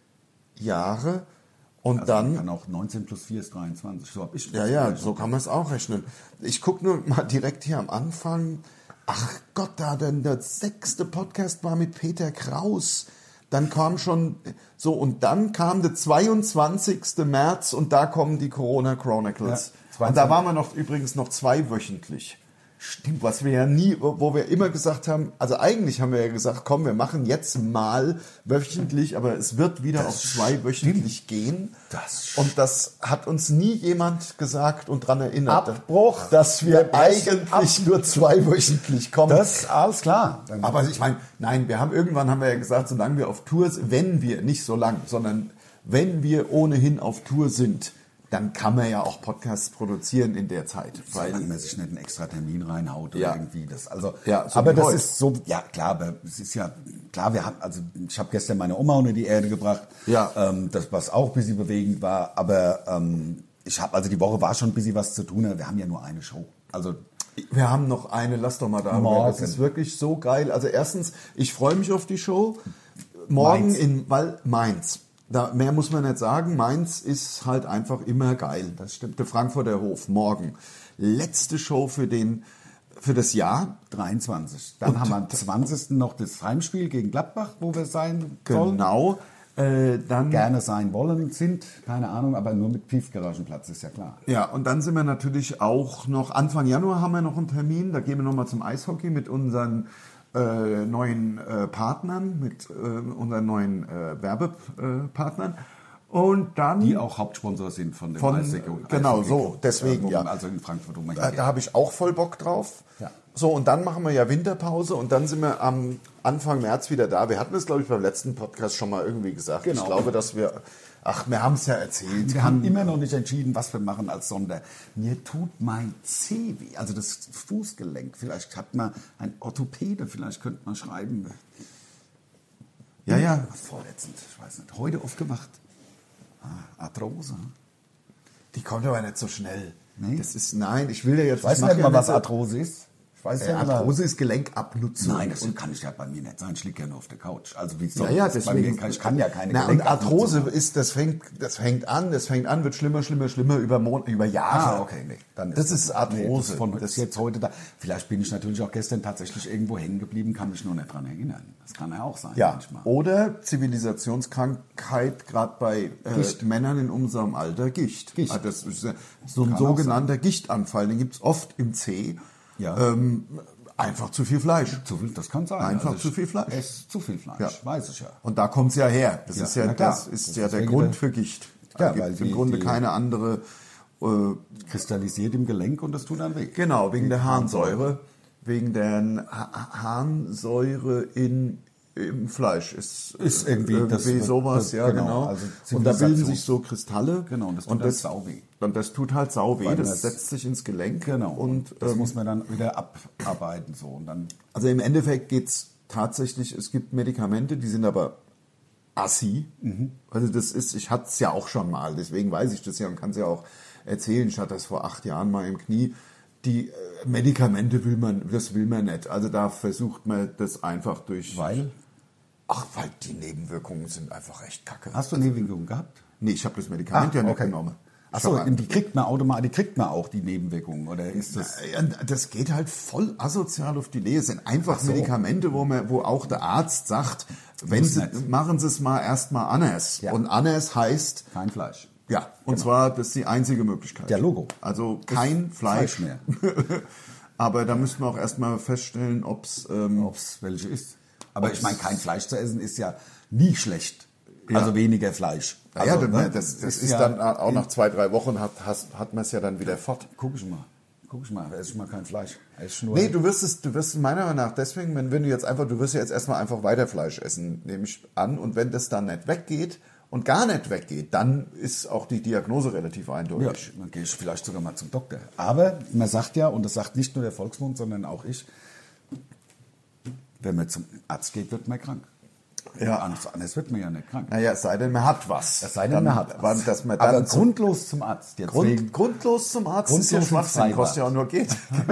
Jahre und Also dann man kann auch neunzehn plus vier ist dreiundzwanzig. So hab ich ja, ja, so kann man es auch rechnen. Ich gucke nur mal direkt hier am Anfang. Ach Gott, da denn der sechste Podcast war mit Peter Kraus. Dann kam schon so und dann kam der zweiundzwanzigste März und da kommen die Corona Chronicles. Ja, und da waren wir noch übrigens noch zweiwöchentlich. Stimmt, was wir ja nie, wo wir immer gesagt haben, also eigentlich haben wir ja gesagt, komm, wir machen jetzt mal wöchentlich, aber es wird wieder auf zweiwöchentlich gehen. Das Und das hat uns nie jemand gesagt und daran erinnert, Abbruch. dass wir Der erste eigentlich nur zweiwöchentlich kommen. Das ist alles klar. Dann Aber ich meine, nein, wir haben irgendwann haben wir ja gesagt, solange wir auf Tour sind, wenn wir, nicht so lang, sondern wenn wir ohnehin auf Tour sind, dann kann man ja auch Podcasts produzieren in der Zeit. weil Weil, man sich nicht einen extra Termin reinhaut oder Ja. irgendwie das. Also, Ja, so aber wie das heute. ist so, ja klar, aber es ist ja klar. Wir haben, also ich habe gestern meine Oma unter die Erde gebracht. Ja. ähm, das was auch ein bisschen bewegend war. Aber ähm, ich habe, also die Woche war schon ein bisschen was zu tun. Aber wir haben ja nur eine Show. Also wir haben noch eine, lass doch mal da. Morgen. Das ist wirklich so geil. Also erstens, ich freue mich auf die Show. Morgen Mainz. in Wal Mainz. Da, mehr muss man nicht sagen. Mainz ist halt einfach immer geil. Das stimmt. Der Frankfurter Hof. Morgen. Letzte Show für den, für das Jahr. dreiundzwanzig. Dann Und- haben wir am zwanzigsten noch das Heimspiel gegen Gladbach, wo wir sein sollen. Genau. Äh, dann, Gerne sein wollen, sind, keine Ahnung, aber nur mit Tiefgaragenplatz, ist ja klar. ja, und dann sind wir natürlich auch noch, Anfang Januar haben wir noch einen Termin. Da gehen wir nochmal zum Eishockey mit unseren äh, neuen äh, Partnern, mit äh, unseren neuen äh, Werbepartnern. Und dann... Die auch Hauptsponsor sind von dem Von- Eishockey. genau, Eishockey- so, deswegen, wo- ja. Also in Frankfurt, wo man Da, hingeht. da habe ich auch voll Bock drauf. Ja. So, und dann machen wir ja Winterpause und dann sind wir am Anfang März wieder da. Wir hatten es, glaube ich, beim letzten Podcast schon mal irgendwie gesagt. Genau. Ich glaube, dass wir, ach, wir haben es ja erzählt. Wir haben immer noch nicht entschieden, was wir machen als Sonder. Mir tut mein Zeh weh, also das Fußgelenk. Vielleicht hat man ein Orthopäde, vielleicht könnte man schreiben. Ja, ja. Vorletzend, ich weiß nicht. Heute aufgewacht. Ah, Arthrose. Die kommt aber nicht so schnell. Nee? Das ist, nein, ich will ja jetzt... Ich weiß ich mach nicht ja mal, was so- Arthrose ist. Ich weiß Äh, ja nicht. Arthrose ist Gelenkabnutzung. Nein, das und kann ich ja bei mir nicht sein. Ich liege ja nur auf der Couch. Also wie Ja, soll ja, das bei deswegen. mir? Kann, ich kann ja keine Na, und Gelenkabnutzung Arthrose haben. ist, das fängt, das fängt an, das fängt an, wird schlimmer, schlimmer, schlimmer über Mon über Jahre. Ah, okay, nee. Dann das ist Nee, Arthrose. das von Das- das jetzt heute da. Vielleicht bin ich natürlich auch gestern tatsächlich irgendwo hängen geblieben, kann mich nur nicht dran erinnern. Das kann ja auch sein Ja, manchmal. oder Zivilisationskrankheit, gerade bei äh, Gicht. Männern in unserem Alter, Gicht. Gicht. Ah, das ist äh, so ein Kann auch sogenannter Gichtanfall, den gibt's oft im Zeh. Ja. Ähm, einfach zu viel Fleisch. Zu viel, das kann sein. Einfach ich zu viel Fleisch. esse zu viel Fleisch, Ja. weiß ich ja. Und da kommt's ja her. Das Ja, ist ja, na klar. das ist Das ja ist der wegen Grund der- für Gicht. Ja, Da gibt weil es im die- Grunde die- keine andere. Äh, Kristallisiert im Gelenk und das tut dann weh. genau, wegen der Harnsäure. Wegen der Ha- Harnsäure in, im Fleisch. Ist, Ist irgendwie das- wie das- sowas, das- ja, genau, genau. also und da bilden Zivilisation. sich so Kristalle. Genau, und das tut und dann das, sauweh. und das tut halt sau weh. Weil Das das- setzt sich ins Gelenk. Genau. Und das ähm, muss man dann wieder abarbeiten so und dann also im Endeffekt geht's tatsächlich, es gibt Medikamente, die sind aber assi. Mhm. Also das ist, ich hatte es ja auch schon mal, deswegen weiß ich das ja und kann es ja auch erzählen. Ich hatte das vor acht Jahren mal im Knie. Die äh, Medikamente will man, das will man nicht. Also da versucht man das einfach durch... weil Ach, weil die Nebenwirkungen sind einfach echt kacke. hast du Nebenwirkungen gehabt? Nee, ich habe das Medikament ja nicht genommen. Ich Achso, hab- die kriegt man automatisch, die kriegt man auch die Nebenwirkungen oder ist das Ja, das geht halt voll asozial auf die Lehe. Es sind einfach so. Medikamente, wo man, wo auch der Arzt sagt, wenn Muss Sie, nicht. machen Sie es mal erstmal anders. Ja. Und anders heißt, kein Fleisch? ja, und zwar, das ist die einzige Möglichkeit. Ja, Logo. Also kein Fleisch. Fleisch mehr. Aber da müssten wir auch erstmal feststellen, ob es, ähm, Ob es welche ist. Aber Ob's- ich meine, kein Fleisch zu essen ist ja nie schlecht. Ja. Also weniger Fleisch. naja, also, dann, ne, das, das ist, ja dann auch nach zwei, drei Wochen hat, hat, hat man es ja dann wieder fort. Guck ich mal. Guck ich mal, esse ich mal kein Fleisch. Esse nur Nee, du wirst es, du wirst meiner Meinung nach deswegen, wenn, wenn du jetzt einfach, du wirst ja jetzt erstmal einfach weiter Fleisch essen, nehme ich an. Und wenn das dann nicht weggeht und gar nicht weggeht, dann ist auch die Diagnose relativ ja, eindeutig. dann gehe ich vielleicht sogar mal zum Doktor. Aber man sagt ja, und das sagt nicht nur der Volksmund, sondern auch ich, wenn man zum Arzt geht, wird man krank. Ja. Anders, anders wird man ja nicht krank. Naja, es sei denn, man hat was. Es sei denn, Dann, man hat was. Dass man dann Aber zum- grundlos zum Arzt. Jetzt Grund, wegen, grundlos zum Arzt Grundlos ist ja ins Schwachsinn, Freibad. kostet ja auch nur Geld.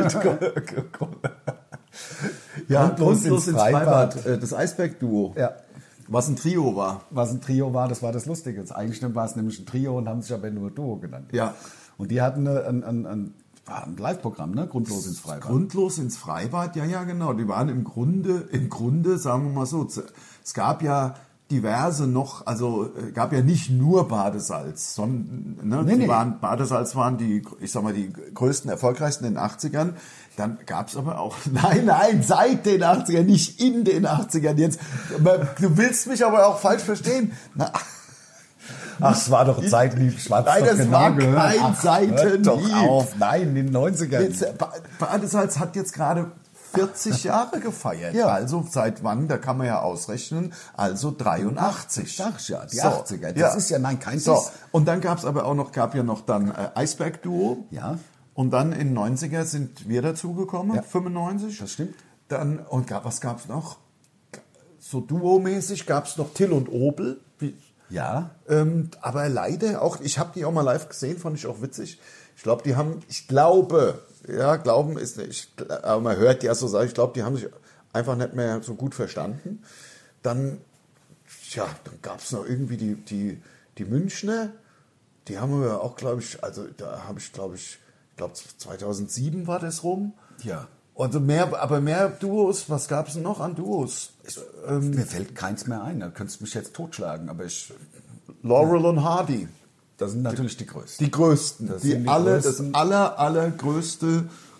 ja, Grundlos grundlos ins ins Freibad. Freibad. Äh, Das Eisberg-Duo. Ja. Was ein Trio war. Was ein Trio war, das war das Lustige. Eigentlich war es nämlich ein Trio und haben sich aber nur Duo genannt. Ja. Und die hatten eine, ein, ein, ein, ein Live-Programm, ne? Grundlos ins Freibad. Grundlos ins Freibad, ja, ja, genau. Die waren im Grunde, im Grunde, sagen wir mal so, es gab ja diverse noch, also äh, gab ja nicht nur Badesalz, sondern ne, Nee, die nee. waren, Badesalz waren die, ich sag mal, die größten, erfolgreichsten in den achtzigern. Dann gab's aber auch, nein, nein, seit den achtzigern, nicht in den achtzigern jetzt. Du willst mich aber auch falsch verstehen. Na, Ach, es war doch Seitenhieb, schwarz. Nein, doch das genau war gehört. kein Ach, Seitenhieb. hört doch auf. Nein, in den neunzigern. Jetzt, äh, Ba- Badesalz hat jetzt gerade vierzig Jahre gefeiert. Ja. Also seit wann, da kann man ja ausrechnen, also dreiundachtzig. Sag ich ja, die So, achtziger. Das ist ja, nein, kein So, Diss. und dann gab's aber auch noch, gab ja noch dann äh, Eisberg-Duo. Ja. Und dann in den neunziger sind wir dazugekommen, Ja. fünfundneunzig. Das stimmt. Dann, und gab, was gab's noch? So Duo-mäßig gab's noch Till und Opel. Wie, Ja. ähm, aber leider auch, ich habe die auch mal live gesehen, fand ich auch witzig. Ich glaube, die haben, ich glaube, ja, glauben ist nicht, aber man hört ja so sagen, ich glaube, die haben sich einfach nicht mehr so gut verstanden. Dann, ja, dann gab es noch irgendwie die, die, die Münchner, die haben wir auch, glaube ich, also da habe ich, glaube ich, ich glaube zweitausendsieben war das rum. Ja. Also mehr, aber mehr Duos, was gab es denn noch an Duos? Ähm, Mir fällt keins mehr ein. Da könntest du mich jetzt totschlagen. Aber ich, Laurel und Hardy. das sind natürlich die größten. Die größten, Das die, sind die alle, größten. das aller, allergrößte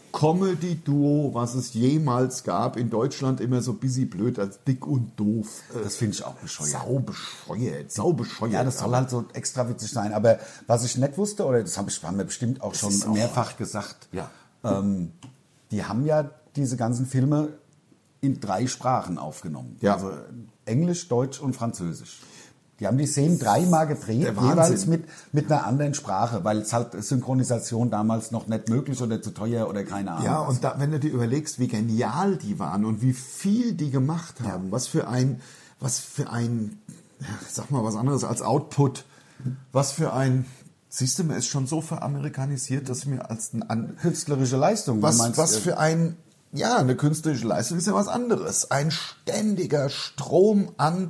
Comedy-Duo, was es jemals gab. In Deutschland immer so busy blöd als dick und doof. Äh, Das finde ich auch bescheuert. sau bescheuert, sau bescheuert. Ja, das soll halt so extra witzig sein. Aber was ich nicht wusste, oder das haben wir haben wir bestimmt auch schon ist auch- mehrfach gesagt, Ja. ähm, die haben ja diese ganzen Filme in drei Sprachen aufgenommen. Ja. Also Englisch, Deutsch und Französisch. Die haben die Szenen dreimal gedreht, Der Wahnsinn. jeweils mit, mit einer anderen Sprache, weil es halt Synchronisation damals noch nicht möglich oder zu teuer oder keine Ahnung. Ja, was. und da, wenn du dir überlegst, wie genial die waren und wie viel die gemacht haben, was für ein, was für ein, ja, sag mal was anderes als Output, was für ein, siehst du, mir ist schon so veramerikanisiert, dass mir als ein, an, Künstlerische Leistung. was, du meinst, was äh, für ein, ja, eine künstlerische Leistung ist ja was anderes. Ein ständiger Strom an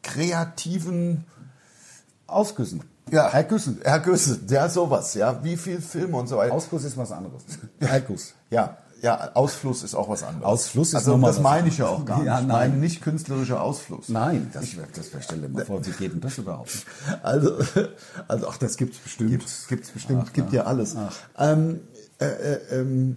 kreativen, Ausgüssen. ja, Herr Güssen. Herr Güssen, ja, sowas, ja, wie viel Filme und so weiter. Ausguss ist was anderes. Erguss. Ja, ja, Ausfluss ist auch was anderes. Ausfluss ist also, nochmal das was meine ich ja auch gar nicht. Ja, Ich nein. meine nicht künstlerischer Ausfluss. Nein, das, das das stell dir mal vor, wie geht denn das überhaupt? Also, also ach, das gibt's bestimmt. Gibt's, gibt's bestimmt. Ach, gibt ja alles. Ähm, äh, äh, ähm,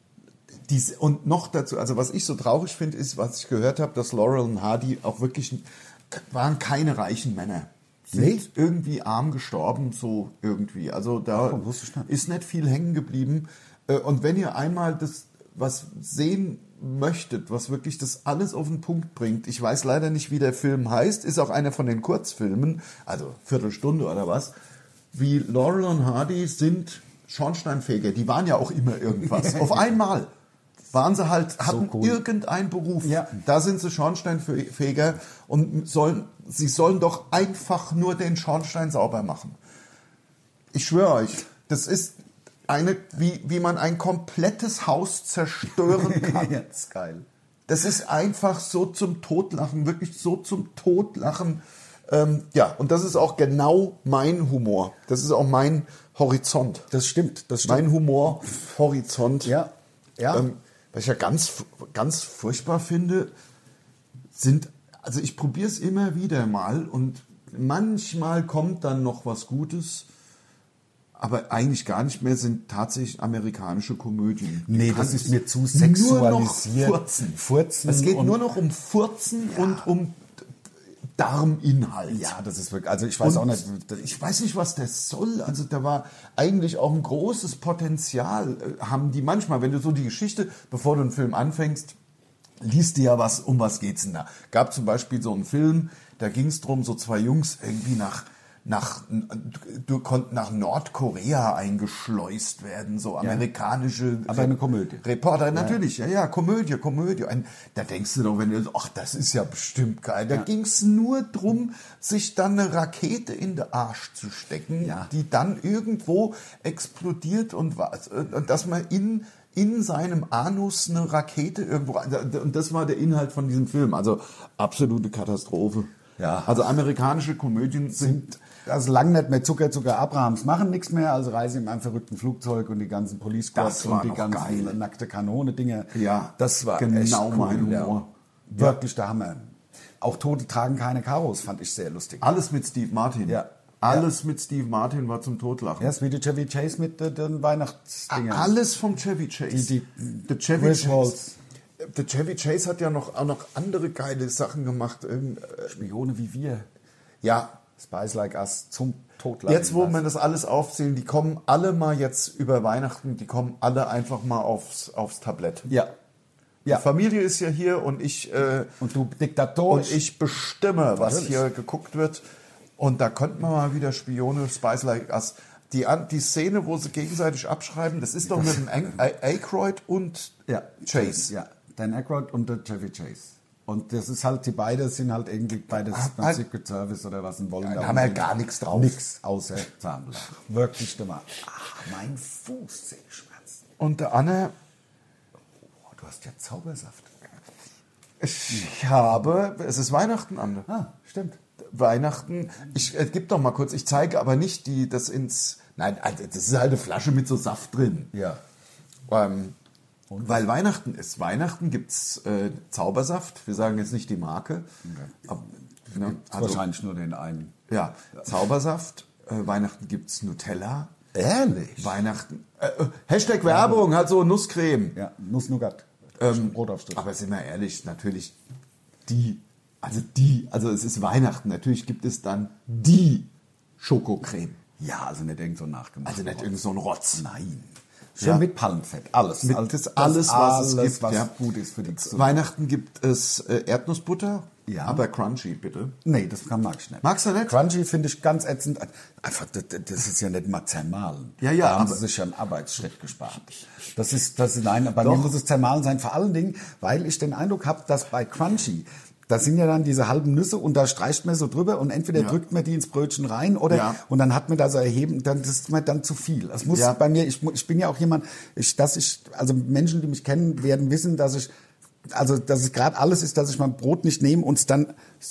dies, und noch dazu, also was ich so traurig finde, ist, was ich gehört habe, dass Laurel und Hardy auch wirklich waren keine reichen Männer. Sind Nee? irgendwie arm gestorben, so irgendwie. Also da Ach, wusste ich nicht. ist nicht viel hängen geblieben. Äh, Und wenn ihr einmal das was sehen möchtet, was wirklich das alles auf den Punkt bringt, ich weiß leider nicht, wie der Film heißt, ist auch einer von den Kurzfilmen, also Viertelstunde oder was, wie Laurel und Hardy sind Schornsteinfeger, die waren ja auch immer irgendwas. Auf einmal waren sie halt, hatten cool. irgendeinen Beruf. Ja. Da sind sie Schornsteinfeger und sollen, sie sollen doch einfach nur den Schornstein sauber machen. Ich schwöre euch, das ist eine, wie, wie man ein komplettes Haus zerstören kann. Ja, das ist geil. Das ist einfach so zum Totlachen, wirklich so zum Totlachen. Ähm, ja, und das ist auch genau mein Humor. Das ist auch mein Horizont. Das stimmt, das stimmt. Mein Humor-Horizont. Ja, ja. Ähm, was ich ja ganz, ganz furchtbar finde, sind, also ich probiere es immer wieder mal und manchmal kommt dann noch was Gutes, aber eigentlich gar nicht mehr, sind tatsächlich amerikanische Komödien. Nee, Kann das ist es mir zu nur sexualisiert. noch Furzen. Furzen Es geht und- nur noch um Furzen und um Darminhalt. Ja, das ist wirklich, also ich weiß Und auch nicht. Ich weiß nicht, was das soll. Also da war eigentlich auch ein großes Potenzial. äh, Haben die manchmal, wenn du so die Geschichte, bevor du einen Film anfängst, liest du ja was, um was geht's denn da? Gab zum Beispiel so einen Film, da ging es darum, so zwei Jungs irgendwie nach nach du konnten nach Nordkorea eingeschleust werden, so amerikanische Aber eine Komödie. Reporter, natürlich, ja, ja, Komödie, Komödie. Ein, da denkst du doch, wenn du, ach, das ist ja bestimmt geil. Da Ja. ging's nur drum, sich dann eine Rakete in den Arsch zu stecken, Ja. die dann irgendwo explodiert und was, und dass man in in seinem Anus eine Rakete irgendwo, und das war der Inhalt von diesem Film. Also absolute Katastrophe. Ja. Also amerikanische Komödien sind Also lang nicht mehr Zucker, Zucker, Abrahams machen nichts mehr, also reisen in einem verrückten Flugzeug und die ganzen Police Squads Das war und die noch ganzen geil. nackte Kanone-Dinger. Ja, das war genau echt cool, mein ja. Humor. Wirklich der Hammer. Auch Tote tragen keine Karos, fand ich sehr lustig. alles mit Steve Martin. Ja. Alles mit Steve Martin war zum Totlachen. Ja, ist wie die Chevy Chase mit äh, den Weihnachtsdingern. Alles vom Chevy Chase. Die- die der Chevy Griswolds. Chase. Der Chevy Chase hat ja noch, auch noch andere geile Sachen gemacht. Ähm, äh, Spione wie wir. Ja, Spice Like Us zum Totlachen. jetzt wo man das alles aufzählen, die kommen alle mal jetzt über Weihnachten, die kommen alle einfach mal aufs, aufs Tablett. Ja. Die Ja. Familie ist ja hier und ich, äh, Und du und diktatorisch. ich bestimme, was Natürlich. hier geguckt wird. Und da könnte man mal wieder Spione, Spice Like Us. Die, An- die Szene, wo sie gegenseitig abschreiben, das ist doch mit dem Ang- A- Aykroyd und Ja, Chase. Ja, Dan Aykroyd und der Chevy Chase. Und das ist halt, die beiden sind halt irgendwie beides Ah, beim ah. Secret Service oder was und wollen Da haben wir gar nichts drauf. Nix außer Zahnlach. Wirklich der Mann. Ach, mein Fuß, Sehschmerzen. Und der Anne, Oh, du hast ja Zaubersaft. ich habe, es ist Weihnachten, Anne. Ah, stimmt. Weihnachten, ich äh, gib doch mal kurz, ich zeige aber nicht die, das ins, nein, also das ist halt eine Flasche mit so Saft drin. Ja. Ähm, weil Weihnachten ist. Weihnachten gibt es äh, Zaubersaft. Wir sagen jetzt nicht die Marke. Ab, ne, Ist wahrscheinlich nur den einen. ja, Zaubersaft. Äh, Weihnachten gibt es Nutella. Ehrlich? Weihnachten. Äh, äh, Hashtag Werbung, hat so Nusscreme. Ja, Nuss-Nougat. Ähm, Brotaufstrich. aber sind wir ehrlich, natürlich die, also die, also es ist Weihnachten. Natürlich gibt es dann die Schokocreme. Ja, also nicht irgend so nachgemacht. Also nicht irgend so ein Rotz. Nein. Schön Ja. mit Palmfett. Alles. Mit Also das alles, was es gibt, was ja. gut ist für die Gesundheit. Weihnachten gibt es äh, Erdnussbutter, Ja. aber crunchy bitte. Nee, das kann mag ich nicht. Magst du nicht? Crunchy finde ich ganz ätzend. Einfach, das, das ist ja nicht mal zermahlen. Ja, ja, Da haben aber- sie sich ja einen Arbeitsschritt gespart. Das ist, das ist, nein, bei Doch. mir muss es zermahlen sein. Vor allen Dingen, weil ich den Eindruck habe, dass bei Crunchy, da sind ja dann diese halben Nüsse und da streicht man so drüber und entweder Ja. drückt man die ins Brötchen rein oder Ja. und dann hat man da so erheben, dann das ist mir dann zu viel. Das muss Ja. bei mir, ich, mu- ich bin ja auch jemand, ich, dass ich, also Menschen, die mich kennen, werden wissen, dass ich, also dass es gerade alles ist, dass ich mein Brot nicht nehme und es dann,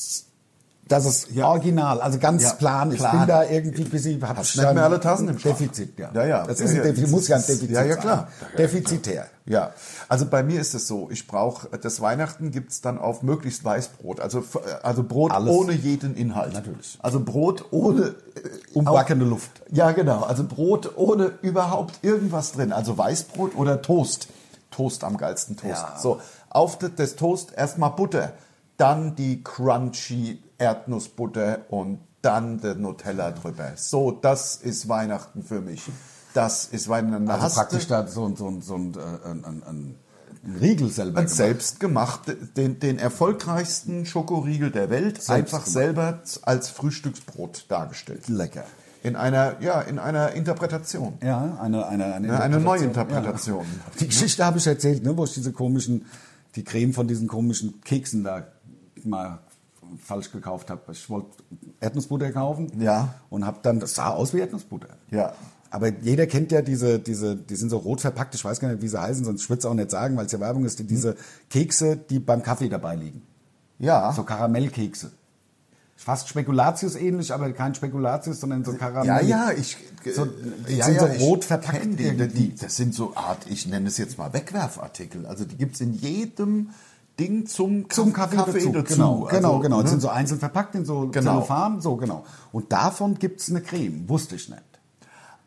dass es Ja. original, also ganz Ja, plan. Ich plan. bin da irgendwie ein bisschen, hab Hast ich nicht dann mehr alle Tassen im Schrank. Defizit, ja. Ja, ja. Das Ja, ist ein ja. Defizit, muss ja ein Defizit Ja, ja, sein. klar. Defizitär. Ja, also bei mir ist es so, ich brauche, das Weihnachten gibt es dann auf möglichst Weißbrot, also, f- also Brot Alles. ohne jeden Inhalt. Natürlich. Also Brot ohne... äh, Umbackene auch- Luft. Ja, genau, also Brot ohne überhaupt irgendwas drin, also Weißbrot oder Toast. Toast am geilsten, Toast. Ja. So, auf das, das Toast erstmal Butter, dann die crunchy Erdnussbutter und dann der Nutella drüber. So, das ist Weihnachten für mich. Das ist Weihnachten. Da Also hast praktisch du- da so, ein- so, ein- so ein, äh, ein, ein, ein Riegel selber Ein gemacht. selbst gemacht, den, den erfolgreichsten Schokoriegel der Welt, Selbst einfach gemacht. selber als Frühstücksbrot dargestellt. Lecker. In einer, ja, in einer Interpretation. Ja, eine, eine, eine, Ja, eine Interpretation. Neuinterpretation. Ja. Die Geschichte habe ich erzählt, ne, wo ich diese komischen, die Creme von diesen komischen Keksen da mal falsch gekauft habe. Ich wollte Erdnussbutter kaufen Ja. und habe dann, das sah aus wie Erdnussbutter. Ja. Aber jeder kennt ja diese, diese, die sind so rot verpackt, ich weiß gar nicht, wie sie heißen, sonst würde ich es auch nicht sagen, weil es ja Werbung ist, die, diese Kekse, die beim Kaffee dabei liegen. Ja. So Karamellkekse. Fast Spekulatius ähnlich, aber kein Spekulatius, sondern so Karamell. Ja, ja, ich, So, die ja, sind ja, so ich rot verpackt kenn die, irgendwie. die, das sind so Art, ich nenne es jetzt mal Wegwerfartikel. Also die gibt's in jedem Ding zum, Zum Kaffee, dazu. Genau, Also, genau, genau. ne? Die sind so einzeln verpackt in so Genau. Zellophan, so genau. Und davon gibt's eine Creme, wusste ich nicht.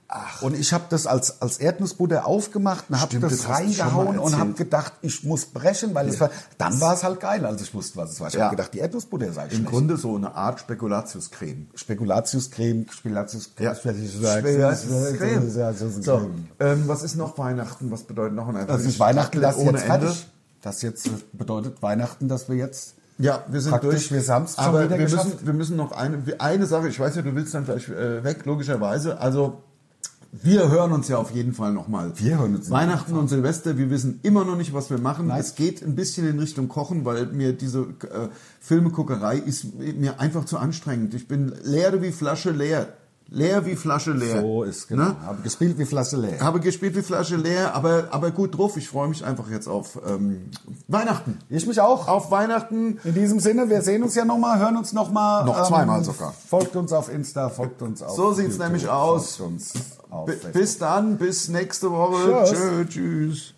Ach. Und ich habe das als, als Erdnussbutter aufgemacht und habe Stimmt, das, das hast du schon mal reingehauen und habe erzählt. gedacht, ich muss brechen, weil es war, dann war es halt geil, als ich wusste, was es war. Ich Ja. habe gedacht, die Erdnussbutter sei Im schlecht. Grunde so eine Art Spekulatiuscreme. Spekulatiuscreme, Spekulatius, Ja. Spekulatiuscreme. So, ähm, was ist noch Weihnachten? Was bedeutet noch ein Das ist Weihnachten, das ohne jetzt Ende? fertig. Das jetzt bedeutet Weihnachten, dass wir jetzt Ja, wir sind Praktisch, durch. wir haben's schon Aber wieder wir geschafft. müssen, wir müssen noch eine, eine Sache, ich weiß ja, du willst dann gleich äh, weg, logischerweise. Also, wir hören uns ja auf jeden Fall nochmal. Wir hören uns Weihnachten und Silvester, wir wissen immer noch nicht, was wir machen. Nein. Es geht ein bisschen in Richtung Kochen, weil mir diese äh, Filmeguckerei ist mir einfach zu anstrengend. Ich bin leer wie Flasche leer. Leer wie Flasche leer. So ist genau. Ne? Habe gespielt wie Flasche leer. Habe gespielt wie Flasche leer, aber, aber gut drauf. Ich freue mich einfach jetzt auf ähm, Weihnachten. Ich mich auch. Auf Weihnachten. In diesem Sinne, wir sehen uns ja nochmal, hören uns nochmal. Noch zweimal sogar. Folgt uns auf Insta, folgt uns auf So sieht's YouTube, nämlich aus. folgt uns auf B- Facebook. bis dann, bis nächste Woche. Tschüss. Tschö, tschüss.